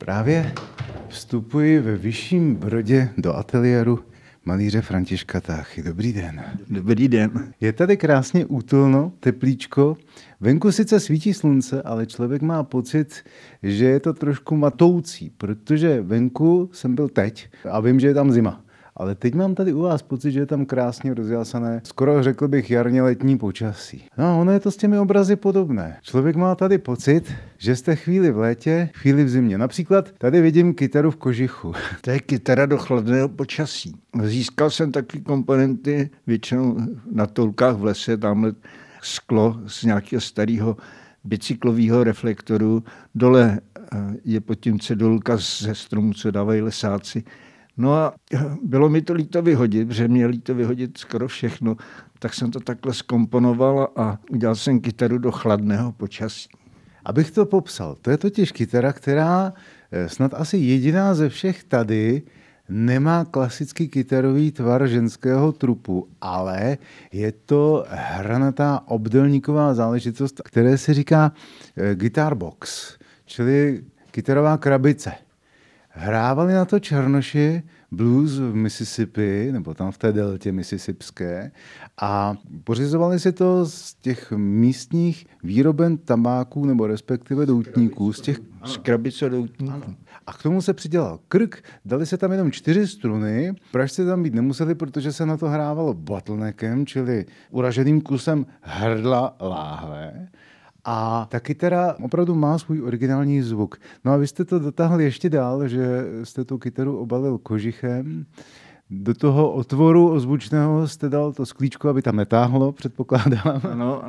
Právě vstupuji ve Vyšším Brodě do ateliéru malíře Františka Táchy. Dobrý den. Dobrý den. Je tady krásně útulno, teplíčko. Venku sice svítí slunce, ale člověk má pocit, že je to trošku matoucí, protože venku jsem byl teď a vím, že je tam zima. Ale teď mám tady u vás pocit, že je tam krásně rozjasané, skoro řekl bych jarně letní počasí. No, ono je to s těmi obrazy podobné. Člověk má tady pocit, že jste chvíli v létě, chvíli v zimě. Například tady vidím kytaru v kožichu. To je kytara do chladného počasí. Získal jsem takové komponenty většinou na toulkách v lese, tamhle sklo z nějakého starého bicyklového reflektoru. Dole je pod tím cedulka ze stromů, co dávají lesáci. No a bylo mi to líto vyhodit, protože mě líto vyhodit skoro všechno, tak jsem to takhle zkomponoval a udělal jsem kytaru do chladného počasí. Abych to popsal, to je totiž kytara, která snad asi jediná ze všech tady nemá klasický kytarový tvar ženského trupu, ale je to hranatá obdélníková záležitost, které se říká guitar box, čili kytarová krabice. Hrávali na to černoši blues v Mississippi, nebo tam v té deltě mississipské, a pořizovali si to z těch místních výroben tabáků, nebo respektive doutníků, z krabice doutníků. A k tomu se přidělal krk, dali se tam jenom 4 struny, pražci tam být nemuseli, protože se na to hrávalo bottleneckem, čili uraženým kusem hrdla láhve. A ta kytara opravdu má svůj originální zvuk. No a vy jste to dotáhli ještě dál, že jste tu kytaru obalil kožichem. Do toho otvoru ozvučného jste dal to sklíčko, aby tam netáhlo, předpokládám. Ano.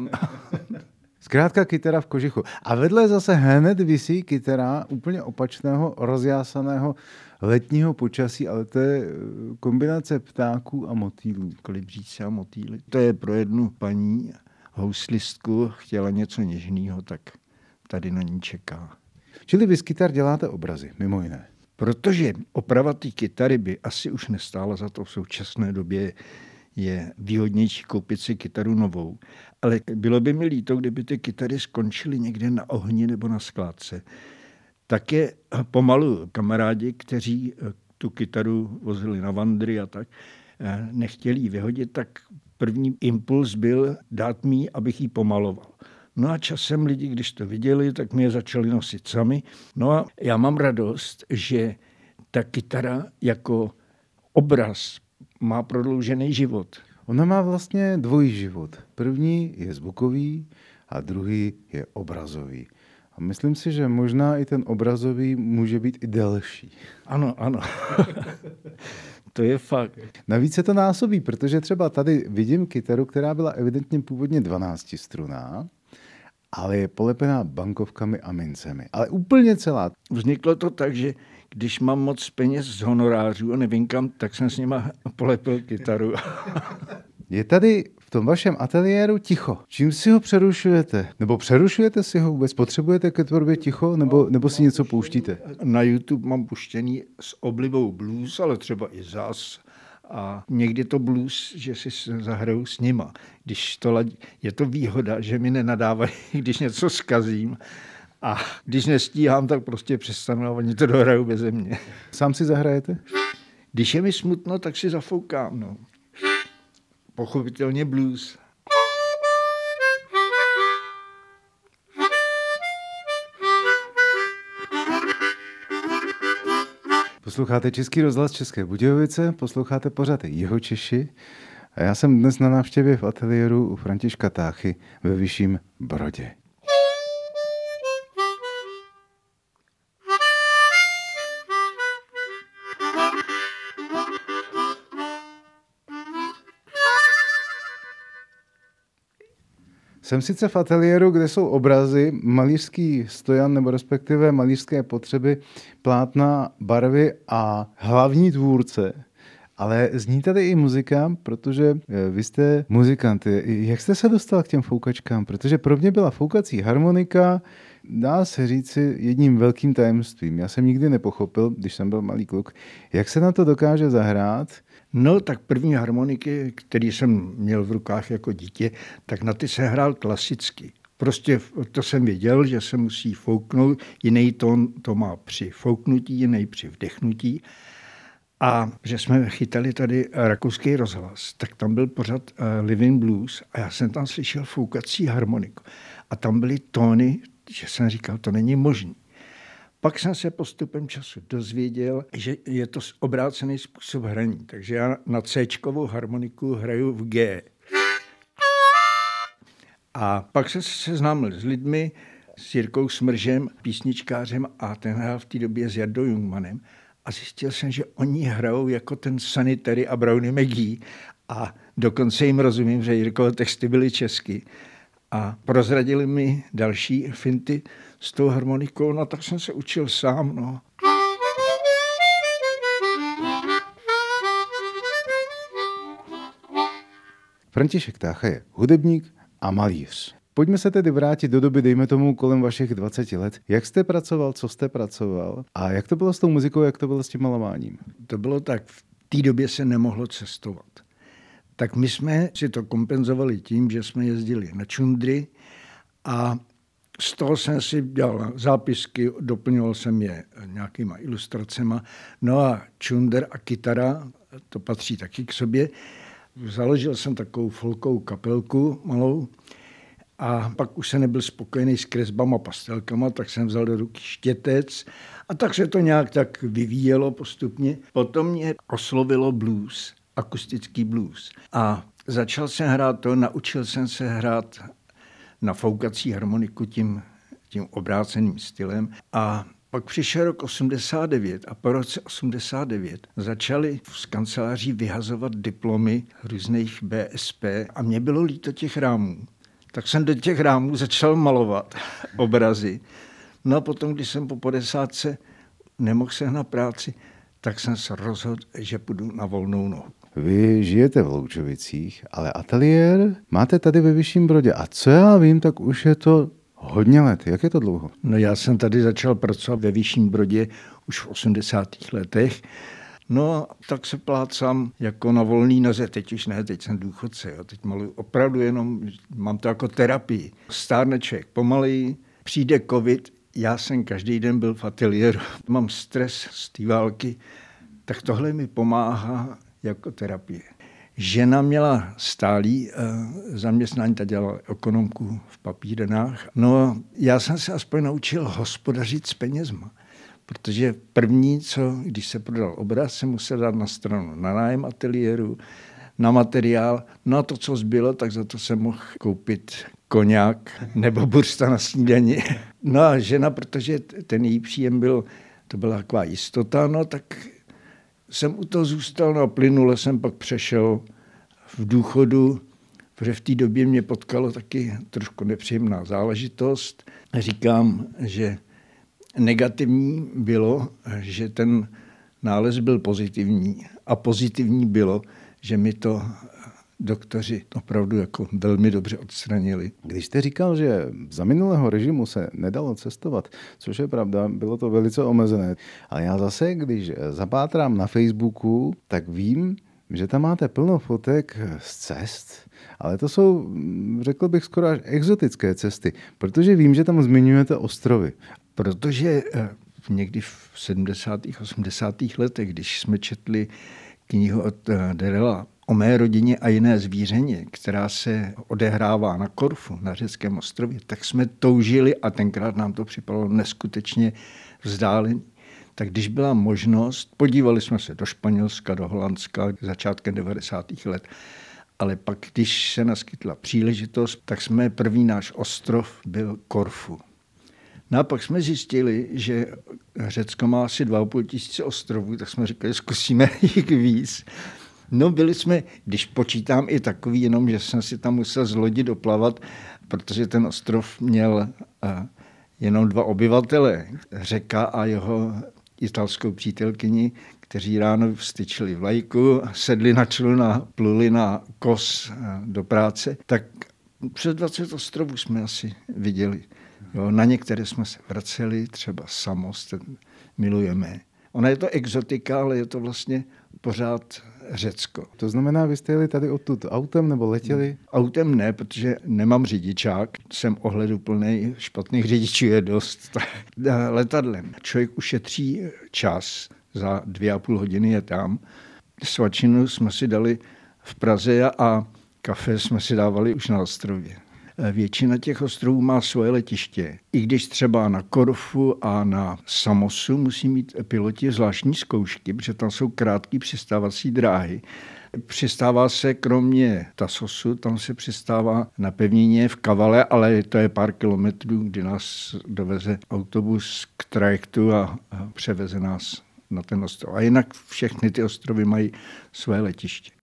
Zkrátka kytara v kožichu. A vedle zase hned visí kytara úplně opačného, rozjásaného letního počasí, ale to je kombinace ptáků a motýlů. Kolibříce a motýly. To je pro jednu paní houslistku, chtěla něco něžného, tak tady na ní čeká. Čili vy z kytar děláte obrazy, mimo jiné. Protože oprava té kytary by asi už nestála za to v současné době, je výhodnější koupit si kytaru novou. Ale bylo by mi líto, kdyby ty kytary skončily někde na ohni nebo na skládce. Tak je pomalu kamarádi, kteří tu kytaru vozili na vandry a tak, nechtěli ji vyhodit, tak první impuls byl dát mi, abych ji pomaloval. No a časem lidi, když to viděli, tak mi je začali nosit sami. No a já mám radost, že ta kytara jako obraz má prodloužený život. Ona má vlastně dvojí život. První je zvukový a druhý je obrazový. A myslím si, že možná i ten obrazový může být i delší. Ano. To je fakt. Navíc se to násobí, protože třeba tady vidím kytaru, která byla evidentně původně 12struná, ale je polepená bankovkami a mincemi. Ale úplně celá. Vzniklo to tak, že když mám moc peněz z honorářů a nevím kam, tak jsem s nima polepil kytaru. Je tady v tom vašem ateliéru ticho. Čím si ho přerušujete? Nebo přerušujete si ho vůbec? Potřebujete ke tvorbě ticho? Nebo si něco pouštíte? Na YouTube mám puštěný s oblibou blues, ale třeba i jazz. A někdy to blues, že si zahraju s nima. Když to ladí, je to výhoda, že mi nenadávají, když něco zkazím. A když nestíhám, tak prostě přestanu a oni to dohrajou beze mě. Sám si zahrajete? Když je mi smutno, tak si zafoukám. No. Pochopitelně blues. Posloucháte Český rozhlas České Budějovice, posloucháte pořad Jihočeši a já jsem dnes na návštěvě v ateliéru u Františka Táchy ve Vyšším Brodě. Jsem sice v ateliéru, kde jsou obrazy, malířský stojan nebo respektive malířské potřeby, plátna, barvy a hlavní tvůrce. Ale zní tady i muzika, protože vy jste muzikant. Jak jste se dostal k těm foukačkám? Protože pro mě byla foukací harmonika, dá se říci, jedním velkým tajemstvím. Já jsem nikdy nepochopil, když jsem byl malý kluk, jak se na to dokáže zahrát. No, tak první harmoniky, které jsem měl v rukách jako dítě, tak na ty se hrál klasicky. Prostě to jsem věděl, že se musí fouknout, jiný tón to má při fouknutí, jiný při vdechnutí. A že jsme chytali tady rakouský rozhlas, tak tam byl pořad Living Blues a já jsem tam slyšel foukací harmoniku. A tam byly tóny, že jsem říkal, to není možný. Pak jsem se postupem času dozvěděl, že je to obrácený způsob hraní. Takže já na C-čkovou harmoniku hraju v G. A pak jsem se seznámil s lidmi, s Jirkou Smržem, písničkářem a ten hrál v té době s Jardou Jungmanem. A zjistil jsem, že oni hrajou jako ten Sanitary a Brownie McGee a dokonce jim rozumím, že Jirkovo texty byly česky. A prozradili mi další finty s tou harmonikou, no tak jsem se učil sám. No. František Tácha je hudebník a malíř. Pojďme se tedy vrátit do doby, dejme tomu, kolem vašich 20 let. Jak jste pracoval, co jste pracoval a jak to bylo s tou muzikou, jak to bylo s tím malováním? To bylo tak, v té době se nemohlo cestovat. Tak my jsme si to kompenzovali tím, že jsme jezdili na čundry a z toho jsem si dělal zápisky, doplňoval jsem je nějakýma ilustracema. No a čundr a kytara, to patří taky k sobě. Založil jsem takovou folkovou kapelku malou a pak už jsem nebyl spokojený s kresbama, pastelkama, tak jsem vzal do ruky štětec a tak se to nějak tak vyvíjelo postupně. Potom mě oslovilo blues, akustický blues. A začal jsem hrát to, naučil jsem se hrát na foukací harmoniku tím obráceným stylem a pak přišel rok 89 a po roce 89 začali z kanceláří vyhazovat diplomy různých BSP a mě bylo líto těch rámů. Tak jsem do těch rámů začal malovat obrazy. No a potom, když jsem po 50 nemohl sehnat práci, tak jsem se rozhodl, že půjdu na volnou nohu. Vy žijete v Loučovicích, ale ateliér máte tady ve Vyšším Brodě. A co já vím, tak už je to hodně let. Jak je to dlouho? No já jsem tady začal pracovat ve Vyšším Brodě už v 80. letech. No tak se plácám jako na volný noze. Teď už ne, teď jsem důchodce. Jo. Teď maluji opravdu jenom, mám to jako terapii. Stárne člověk pomaleji, přijde covid, já jsem každý den byl v ateliéru. Mám stres z té války, tak tohle mi pomáhá jako terapie. Žena měla stálý zaměstnání, ta dělala ekonomku v papírenách. No já jsem se aspoň naučil hospodařit s penězma, protože první, když se prodal obraz, se musel dát na stranu na nájem ateliéru, na materiál. No a to, co zbylo, tak za to jsem mohl koupit koňák nebo bursta na snídani. No a žena, protože ten její příjem to byla taková jistota, no tak jsem u toho zůstal, no a plynule jsem pak přešel v důchodu, protože v té době mě potkalo taky trošku nepříjemná záležitost. Říkám, že negativní bylo, že ten nález byl pozitivní a pozitivní bylo, že mi to doktoři opravdu jako velmi dobře odstranili. Když jste říkal, že za minulého režimu se nedalo cestovat, což je pravda, bylo to velice omezené. Ale já zase, když zapátrám na Facebooku, tak vím, že tam máte plno fotek z cest, ale to jsou, řekl bych, skoro až exotické cesty, protože vím, že tam zmiňujete ostrovy. Protože někdy v 70. 80. letech, když jsme četli knihu od Derela o mé rodině a jiné zvířeně, která se odehrává na Korfu, na řeckém ostrově, tak jsme toužili a tenkrát nám to připadalo neskutečně vzdálený. Tak když byla možnost, podívali jsme se do Španělska, do Holandska začátkem 90. let, ale pak, když se naskytla příležitost, tak první náš ostrov byl Korfu. No a pak jsme zjistili, že Řecko má asi 2,5 tisíce ostrovů, tak jsme říkali, zkusíme jich víc. No byli jsme, když počítám i takový, jenom že jsem si tam musel z lodi doplavat, protože ten ostrov měl jenom 2 obyvatele, Řeka a jeho italskou přítelkyni, kteří ráno vstyčili vlajku, sedli na člun a pluli na kos do práce. Tak přes 20 ostrovů jsme asi viděli. Jo, na některé jsme se vraceli, třeba Samos, ten milujeme. Ona je to exotika, ale je to vlastně pořád Řecko. To znamená, vy jste jeli tady odtud autem nebo letěli? Autem ne, protože nemám řidičák, jsem ohleduplnej, špatných řidičů je dost. Letadlem. Člověk ušetří čas, za 2,5 hodiny je tam. Svačinu jsme si dali v Praze a kafe jsme si dávali už na ostrově. Většina těch ostrovů má svoje letiště. I když třeba na Korfu a na Samosu musí mít piloti zvláštní zkoušky, protože tam jsou krátké přistávací dráhy. Přistává se kromě Tassosu, tam se přistává na pevnině v Kavale, ale to je pár kilometrů, kdy nás doveze autobus k trajektu a převeze nás na ten ostrov. A jinak všechny ty ostrovy mají své letiště.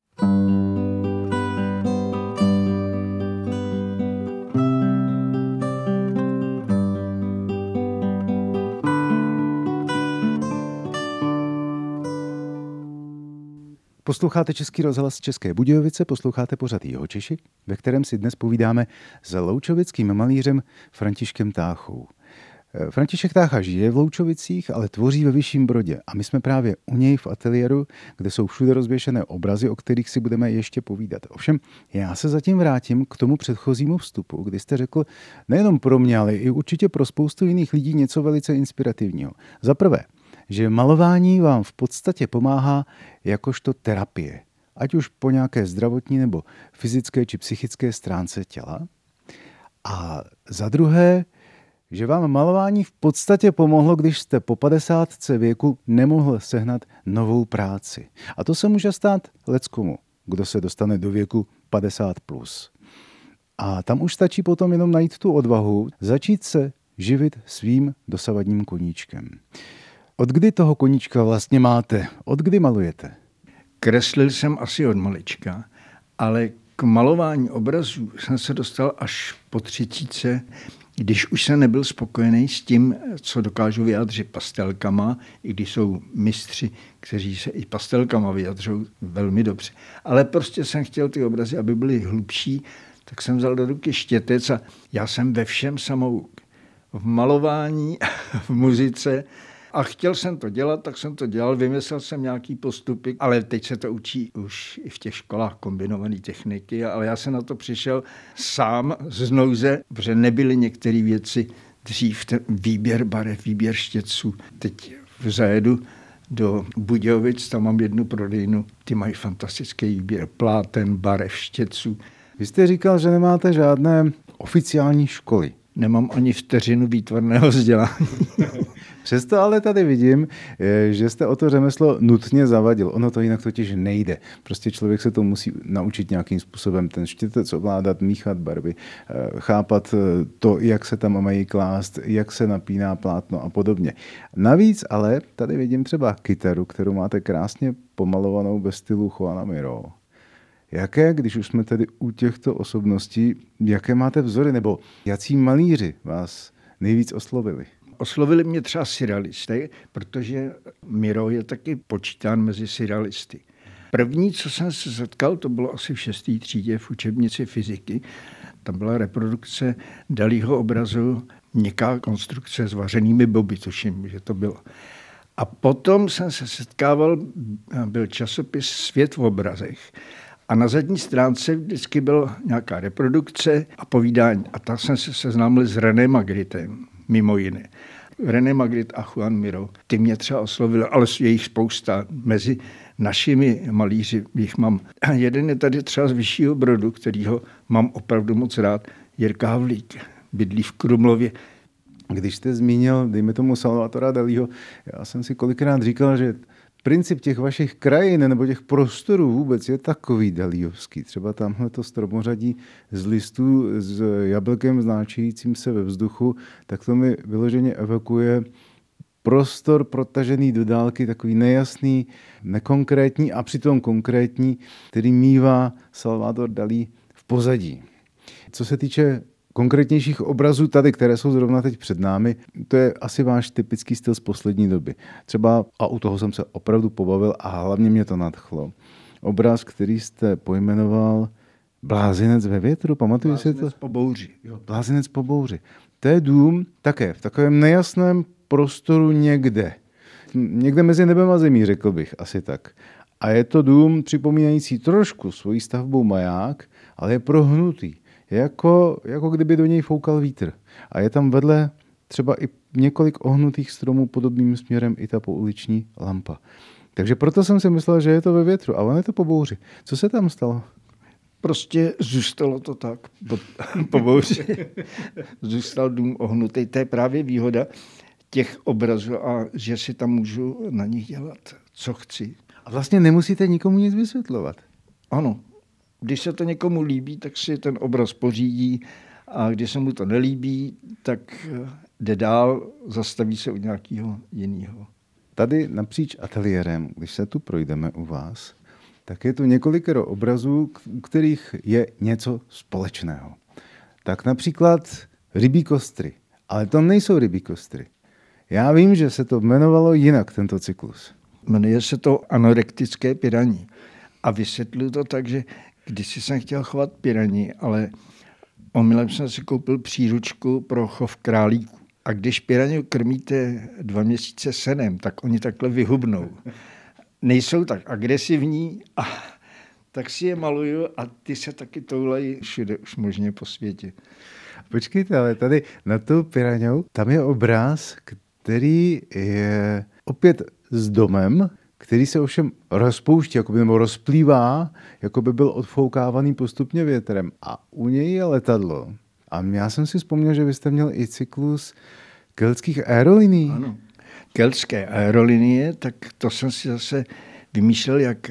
Posloucháte Český rozhlas České Budějovice, posloucháte pořad Jihočeši, ve kterém si dnes povídáme s loučovickým malířem Františkem Táchou. František Tácha žije v Loučovicích, ale tvoří ve Vyšším Brodě a my jsme právě u něj v ateliéru, kde jsou všude rozvěšené obrazy, o kterých si budeme ještě povídat. Ovšem, já se zatím vrátím k tomu předchozímu vstupu, kdy jste řekl nejenom pro mě, ale i určitě pro spoustu jiných lidí něco velice inspirativního. Za prvé, že malování vám v podstatě pomáhá jakožto terapie, ať už po nějaké zdravotní nebo fyzické či psychické stránce těla. A za druhé, že vám malování v podstatě pomohlo, když jste po 50 věku nemohl sehnat novou práci. A to se může stát leckomu, kdo se dostane do věku 50+. A tam už stačí potom jenom najít tu odvahu, začít se živit svým dosavadním koníčkem. Od kdy toho koníčka vlastně máte? Od kdy malujete? Kreslil jsem asi od malička, ale k malování obrazů jsem se dostal až po 30, když už jsem nebyl spokojený s tím, co dokážu vyjádřit pastelkama, i když jsou mistři, kteří se i pastelkama vyjadřují velmi dobře. Ale prostě jsem chtěl ty obrazy, aby byly hlubší, tak jsem vzal do ruky štětec a já jsem ve všem samouk. V malování, v muzice. A chtěl jsem to dělat, tak jsem to dělal, vymyslel jsem nějaký postupy, ale teď se to učí už i v těch školách kombinované techniky, ale já jsem na to přišel sám z nouze, protože nebyly některé věci dřív, ten výběr barev, výběr štětců. Teď zajedu do Budějovic, tam mám jednu prodejnu, ty mají fantastický výběr pláten, barev, štětců. Vy jste říkal, že nemáte žádné oficiální školy. Nemám ani vteřinu výtvarného vzdělání. Přesto ale tady vidím, že jste o to řemeslo nutně zavadil. Ono to jinak totiž nejde. Prostě člověk se to musí naučit nějakým způsobem. Ten štětec ovládat, míchat barvy, chápat to, jak se tam mají klást, jak se napíná plátno a podobně. Navíc ale tady vidím třeba kytaru, kterou máte krásně pomalovanou ve stylu Juana Miro. Jaké, když už jsme tedy u těchto osobností, jaké máte vzory, nebo jací malíři vás nejvíc oslovili? Oslovili mě třeba surrealisté, protože Miro je taky počítán mezi surrealisty. První, co jsem se setkal, to bylo asi v 6. třídě v učebnici fyziky. Tam byla reprodukce Dalího obrazu Měkká konstrukce s vařenými boby, tuším, že to bylo. A potom jsem se setkával, byl časopis Svět v obrazech. A na zadní stránce vždycky byla nějaká reprodukce a povídání. A tam jsem se seznámil s René Magritem, mimo jiné. René Magritte a Juan Miro, ty mě třeba oslovili, ale je jich spousta. Mezi našimi malíři jich mám. Jeden je tady třeba z Vyššího Brodu, kterýho mám opravdu moc rád, Jirka Havlík, bydlí v Krumlově. Když jste zmínil, dejme tomu Salvatora Dalího, já jsem si kolikrát říkal, že princip těch vašich krajin nebo těch prostorů vůbec je takový dalíovský. Třeba tamhle to stromořadí z listů s jablkem znáčejícím se ve vzduchu, tak to mi vyloženě evokuje prostor protažený do dálky, takový nejasný, nekonkrétní a přitom konkrétní, který mívá Salvador Dalí v pozadí. Co se týče konkrétnějších obrazů tady, které jsou zrovna teď před námi, to je asi váš typický styl z poslední doby. Třeba, a u toho jsem se opravdu pobavil a hlavně mě to nadchlo. Obraz, který jste pojmenoval Blázinec ve větru, pamatuje si to? Blázinec po bouři. Jo, Blázinec po bouři. To je dům také v takovém nejasném prostoru někde. Někde mezi nebem a zemí, řekl bych, asi tak. A je to dům připomínající trošku svojí stavbou maják, ale je prohnutý. Je jako kdyby do něj foukal vítr. A je tam vedle třeba i několik ohnutých stromů podobným směrem i ta pouliční lampa. Takže proto jsem si myslel, že je to ve větru, ale je to po bouři. Co se tam stalo? Prostě zůstalo to tak po bouři. Zůstal dům ohnutý. To je právě výhoda těch obrazů a že si tam můžu na nich dělat, co chci. A vlastně nemusíte nikomu nic vysvětlovat. Ano. Když se to někomu líbí, tak si ten obraz pořídí a když se mu to nelíbí, tak jde dál, zastaví se u nějakého jiného. Tady napříč ateliérem, když se tu projdeme u vás, tak je tu několikero obrazů, u kterých je něco společného. Tak například rybí kostry. Ale to nejsou rybí kostry. Já vím, že se to jmenovalo jinak, tento cyklus. Jmenuje se to anorektické piraní. A vysvětluji to tak, že kdysi jsem chtěl chovat pirani, ale omylem jsem si koupil příručku pro chov králíků. A když pirani krmíte 2 měsíce senem, tak oni takhle vyhubnou. Nejsou tak agresivní, a tak si je maluju a ty se taky toulají všude už možně po světě. Počkejte, ale tady nad tou piraňou, tam je obraz, který je opět s domem, který se ovšem rozpouští, nebo rozplývá, jako by byl odfoukávaný postupně větrem. A u něj je letadlo. A já jsem si vzpomněl, že vy jste měl i cyklus keltských aerolinií. Ano. Keltské aerolinie, tak to jsem si zase vymýšlel, jak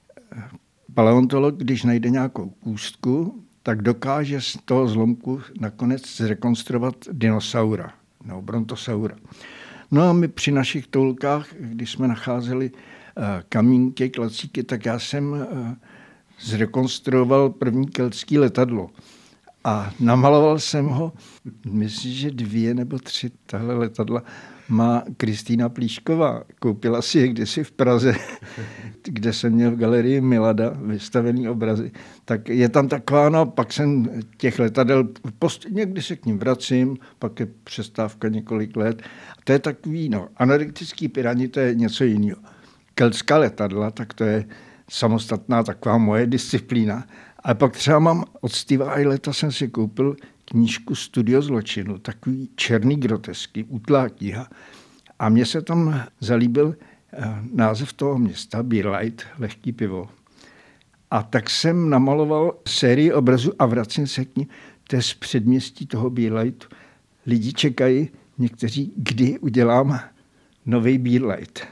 paleontolog, když najde nějakou kůstku, tak dokáže z toho zlomku nakonec zrekonstruovat dinosaura, nebo brontosaura. No a my při našich toulkách, když jsme nacházeli kamínky, klacíky, tak já jsem zrekonstruoval první keltský letadlo. A namaloval jsem ho, myslím, že 2 nebo 3 tahle letadla má Kristýna Plíšková. Koupila si je kdysi v Praze, kde jsem měl v galerii Milada vystavený obrazy. Tak je tam taková, no pak jsem těch letadel, někdy se k ním vracím, pak je přestávka několik let. To je takový, anorektický pirani, to je něco jiného. Keltská letadla, tak to je samostatná taková moje disciplína. A pak třeba mám od Steva Eileta jsem si koupil knížku Studio zločinu, takový černý grotesky, útlá kniha. A mně se tam zalíbil název toho města, Beer Light, lehký pivo. A tak jsem namaloval sérii obrazů a vracím se k ní. To je z předměstí toho Beer Lightu. Lidi čekají, někteří, kdy udělám nový Beer Light.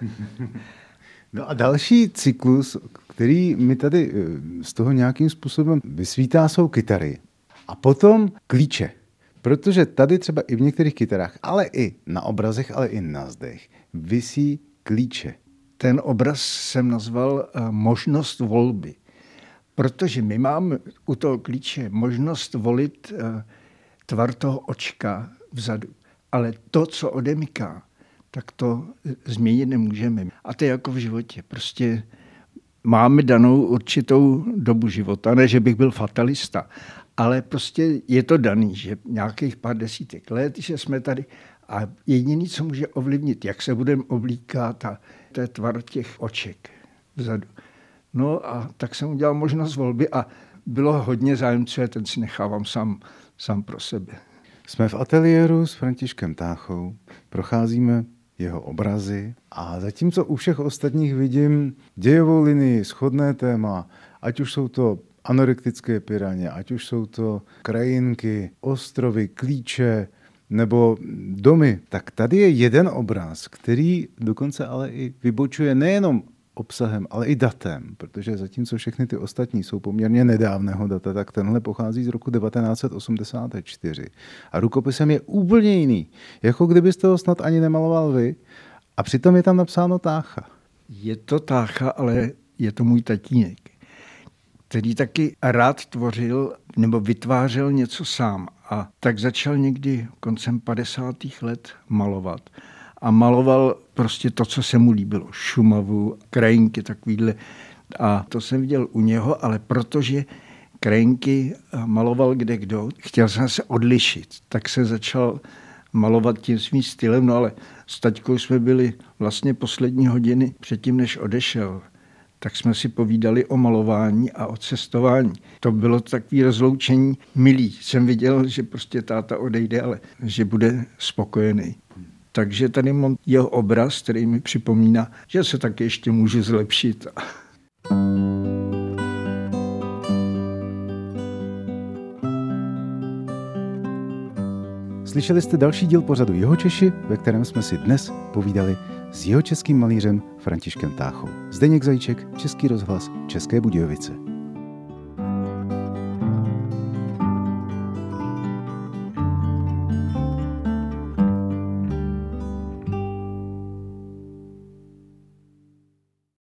No a další cyklus, který mi tady z toho nějakým způsobem vysvítá, jsou kytary. A potom klíče. Protože tady třeba i v některých kytarách, ale i na obrazech, ale i na zdech, visí klíče. Ten obraz jsem nazval možnost volby. Protože my máme u toho klíče možnost volit tvar toho očka vzadu. Ale to, co odemyká, tak to změnit nemůžeme. A to je jako v životě. Prostě máme danou určitou dobu života. Ne, že bych byl fatalista, ale prostě je to daný, že nějakých pár desítek let, že jsme tady a jediný, co může ovlivnit, jak se budeme oblíkat, a to je tvar těch oček vzadu. No a tak jsem udělal možnost volby a bylo hodně zájemců a ten si nechávám sám pro sebe. Jsme v ateliéru s Františkem Táchou, procházíme jeho obrazy a zatímco u všech ostatních vidím dějovou linii, shodné téma, ať už jsou to anorektické piraně, ať už jsou to krajinky, ostrovy, klíče nebo domy, tak tady je jeden obraz, který dokonce ale i vybočuje nejenom obsahem, ale i datem, protože zatímco všechny ty ostatní jsou poměrně nedávného data, tak tenhle pochází z roku 1984. A rukopisem je úplně jiný, jako kdybyste ho snad ani nemaloval vy, a přitom je tam napsáno Tácha. Je to Tácha, ale je to můj tatínek, který taky rád tvořil nebo vytvářel něco sám. A tak začal někdy koncem 50. let malovat. A maloval prostě to, co se mu líbilo. Šumavu, krajinky takovýhle. A to jsem viděl u něho, ale protože krajinky maloval kdekdo, chtěl jsem se odlišit, tak se začal malovat tím svým stylem. No ale s taťkou jsme byli vlastně poslední hodiny předtím, než odešel. tak jsme si povídali o malování a o cestování. To bylo takové rozloučení milý. Jsem viděl, že prostě táta odejde, ale že bude spokojený. Takže tady mám jeho obraz, který mi připomíná, že se taky ještě můžu zlepšit. Slyšeli jste další díl pořadu Jihočeši, ve kterém jsme si dnes povídali s jihočeským malířem Františkem Táchou. Zdeněk Zajíček, Český rozhlas, České Budějovice.